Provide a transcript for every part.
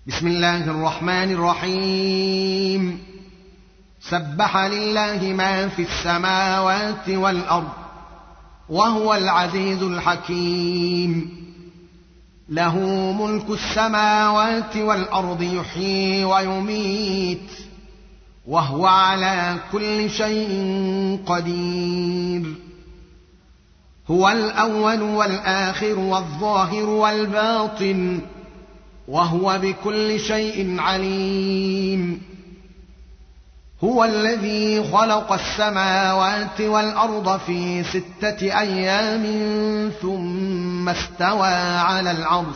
بسم الله الرحمن الرحيم. سبح لله ما في السماوات والأرض وهو العزيز الحكيم. له ملك السماوات والأرض يحيي ويميت وهو على كل شيء قدير. هو الأول والآخر والظاهر والباطن وهو بكل شيء عليم. هو الذي خلق السماوات والأرض في 6 أيام ثم استوى على العرش.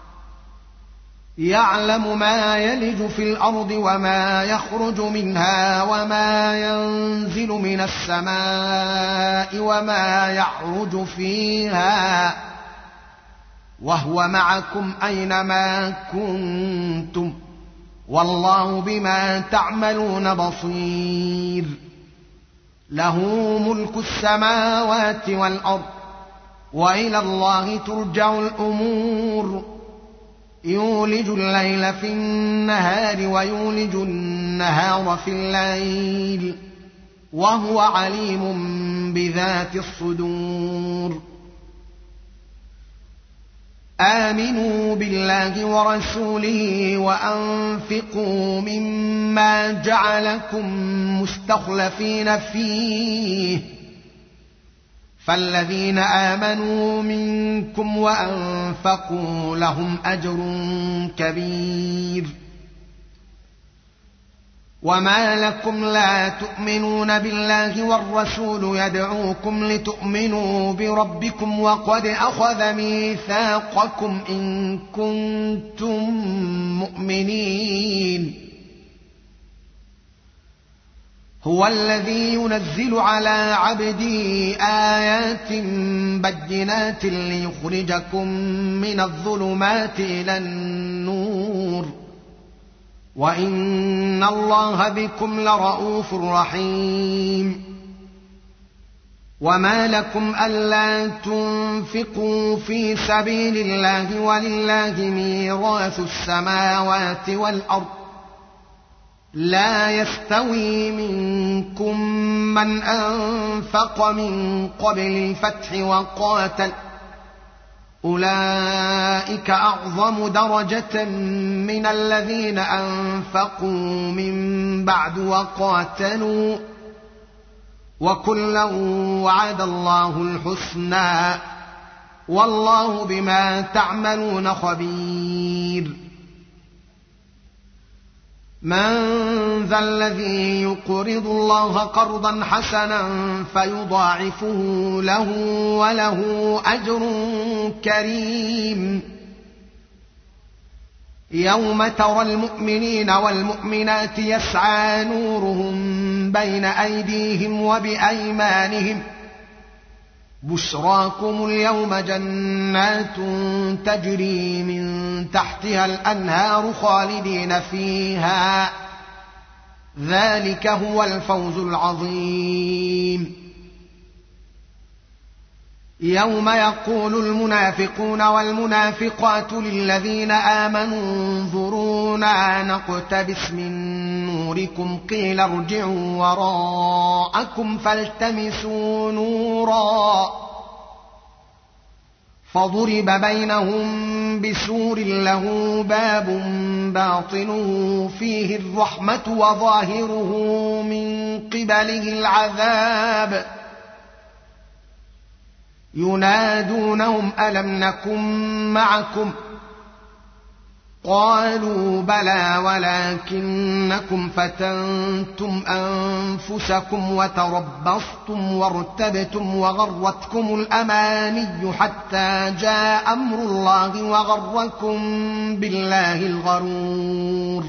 يعلم ما يلج في الأرض وما يخرج منها وما ينزل من السماء وما يعرج فيها وهو معكم أينما كنتم والله بما تعملون بصير. له ملك السماوات والأرض وإلى الله ترجع الأمور. يولج الليل في النهار ويولج النهار في الليل وهو عليم بذات الصدور. آمنوا بالله ورسوله وأنفقوا مما جعلكم مستخلفين فيه فالذين آمنوا منكم وأنفقوا لهم أجر كبير. وما لكم لا تؤمنون بالله والرسول يدعوكم لتؤمنوا بربكم وقد أخذ ميثاقكم إن كنتم مؤمنين. هو الذي ينزل على عبده آيات بينات ليخرجكم من الظلمات إلى النور وإن الله بكم لرءوف رحيم. وما لكم ألا تنفقوا في سبيل الله ولله ميراث السماوات والأرض. لا يستوي منكم من أنفق من قبل الفتح وقاتل أولئك أعظم درجة من الذين أنفقوا من بعد وقاتلوا وكلا وعد الله الحسنى والله بما تعملون خبير. من ذا الذي يقرض الله قرضا حسنا فيضاعفه له وله أجر كريم. يوم ترى المؤمنين والمؤمنات يسعى نورهم بين أيديهم وبأيمانهم بشراكم اليوم جنات تجري من تحتها الأنهار خالدين فيها ذلك هو الفوز العظيم. يوم يقول المنافقون والمنافقات للذين آمنوا انظرونا نقتبس من نوركم قيل ارجعوا وراءكم فالتمسوا نورا فضرب بينهم بسور له باب باطنه فيه الرحمة وظاهره من قبله العذاب. ينادونهم ألم نكن معكم قالوا بلى ولكنكم فتنتم أنفسكم وتربصتم وارتبتم وغرتكم الأماني حتى جاء أمر الله وغركم بالله الغرور.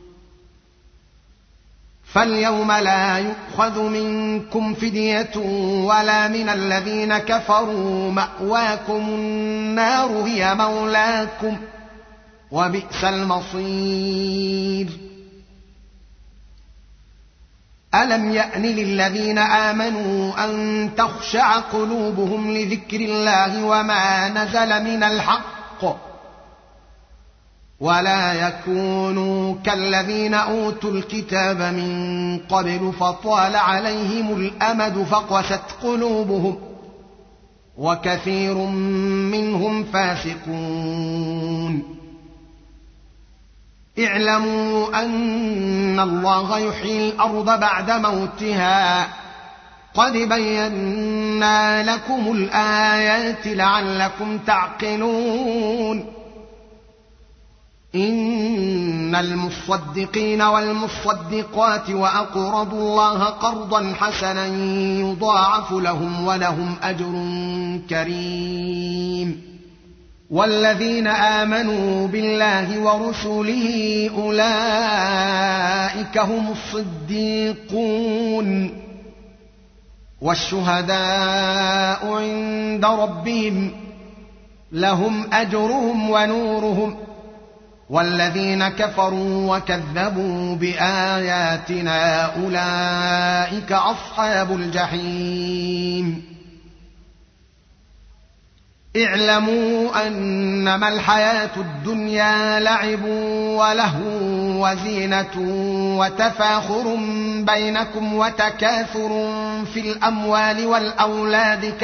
فاليوم لا يؤخذ منكم فدية ولا من الذين كفروا مأواكم النار هي مولاكم وبئس المصير. ألم يأن للذين آمنوا أن تخشع قلوبهم لذكر الله وما نزل من الحق ولا يكونوا كالذين أوتوا الكتاب من قبل فطال عليهم الأمد فقست قلوبهم وكثير منهم فاسقون. اعلموا أن الله يحيي الأرض بعد موتها قد بينا لكم الآيات لعلكم تعقلون. إن المصدقين والمصدقات وأقرضوا الله قرضا حسنا يضاعف لهم ولهم أجر كريم. والذين آمنوا بالله ورسله أولئك هم الصديقون والشهداء عند ربهم لهم أجرهم ونورهم. والذين كفروا وكذبوا بآياتنا أولئك أصحاب الجحيم. اعلموا أنما الحياة الدنيا لعب ولهو وزينة وتفاخر بينكم وتكاثر في الأموال والأولاد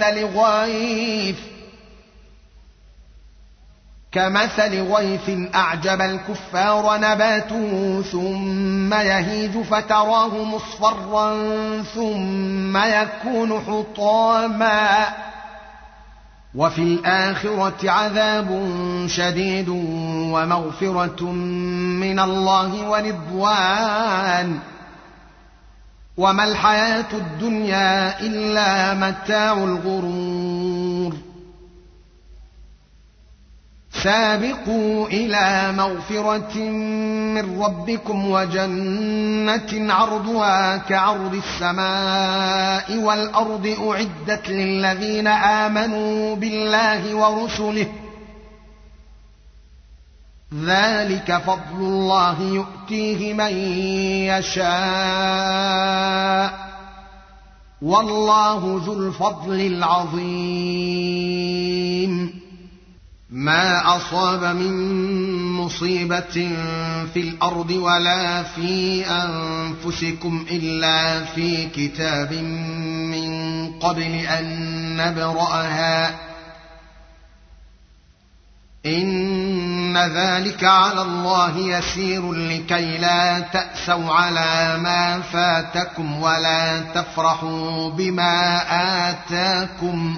كمثل غيث أعجب الكفار نباته ثم يهيج فتراه مصفرا ثم يكون حطاما وفي الآخرة عذاب شديد ومغفرة من الله ورضوان وما الحياة الدنيا إلا متاع الغرور. سابقوا إلى مغفرة من ربكم وجنة عرضها كعرض السماء والأرض أعدت للذين آمنوا بالله ورسله ذلك فضل الله يؤتيه من يشاء والله ذو الفضل العظيم. ما أصاب من مصيبة في الأرض ولا في أنفسكم إلا في كتاب من قبل أن نبرأها إن ذلك على الله يسير لكي لا تأسوا على ما فاتكم ولا تفرحوا بما آتاكم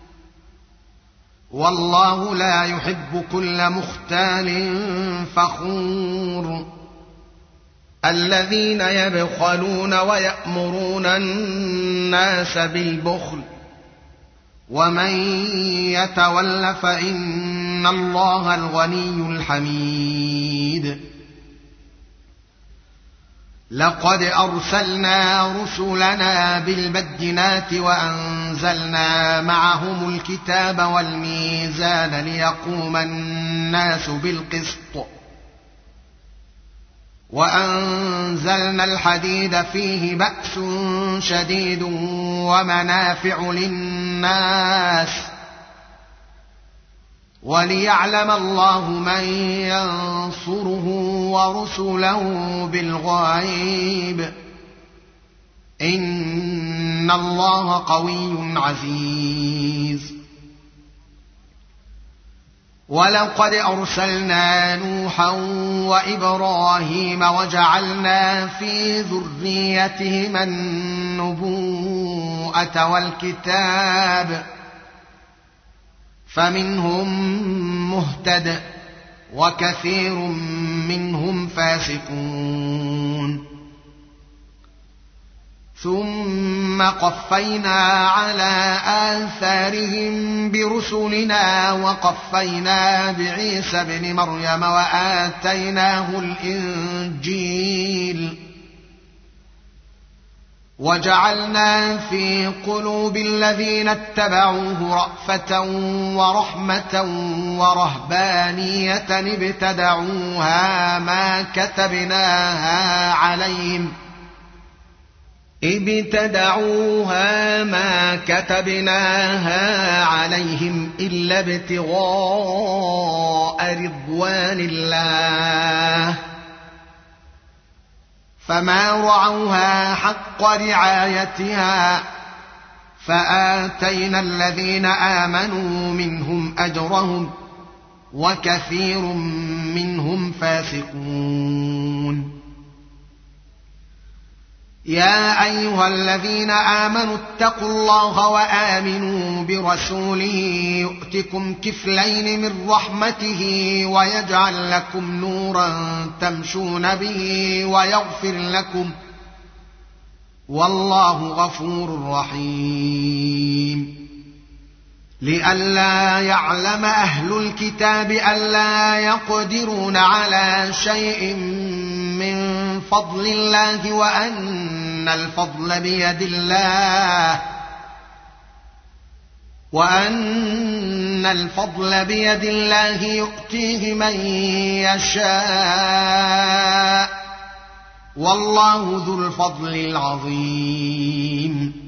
والله لا يحب كل مختال فخور. الذين يبخلون ويأمرون الناس بالبخل ومن يتول فإن الله الغني الحميد. لقد أرسلنا رسلنا بالبينات وأنزلنا معهم الكتاب والميزان ليقوم الناس بالقسط وأنزلنا الحديد فيه بأس شديد ومنافع للناس وليعلم الله من ينصره ورسله بالغيب إن الله قوي عزيز. ولقد أرسلنا نوحا وإبراهيم وجعلنا في ذريتهما النبوءة والكتاب فمنهم مهتد وكثير منهم فاسقون. ثم قفينا على آثارهم برسلنا وقفينا بعيسى ابن مريم وآتيناه الإنجيل وجعلنا في قلوب الذين اتبعوه رأفة ورحمة ورهبانية ابتدعوها ما كتبناها عليهم ابتدعوها ما كتبناها عليهم إلا ابتغاء رضوان الله فما رعوها حق رعايتها فآتينا الذين آمنوا منهم أجرهم وكثير منهم فاسقون. يا أيها الذين آمنوا اتقوا الله وآمنوا برسوله يؤتكم كفلين من رحمته ويجعل لكم نورا تمشون به ويغفر لكم والله غفور رحيم. لئلا يعلم أهل الكتاب ألا يقدرون على شيء من فضل الله وأن الفضل بيد الله يؤتيه من يشاء والله ذو الفضل العظيم.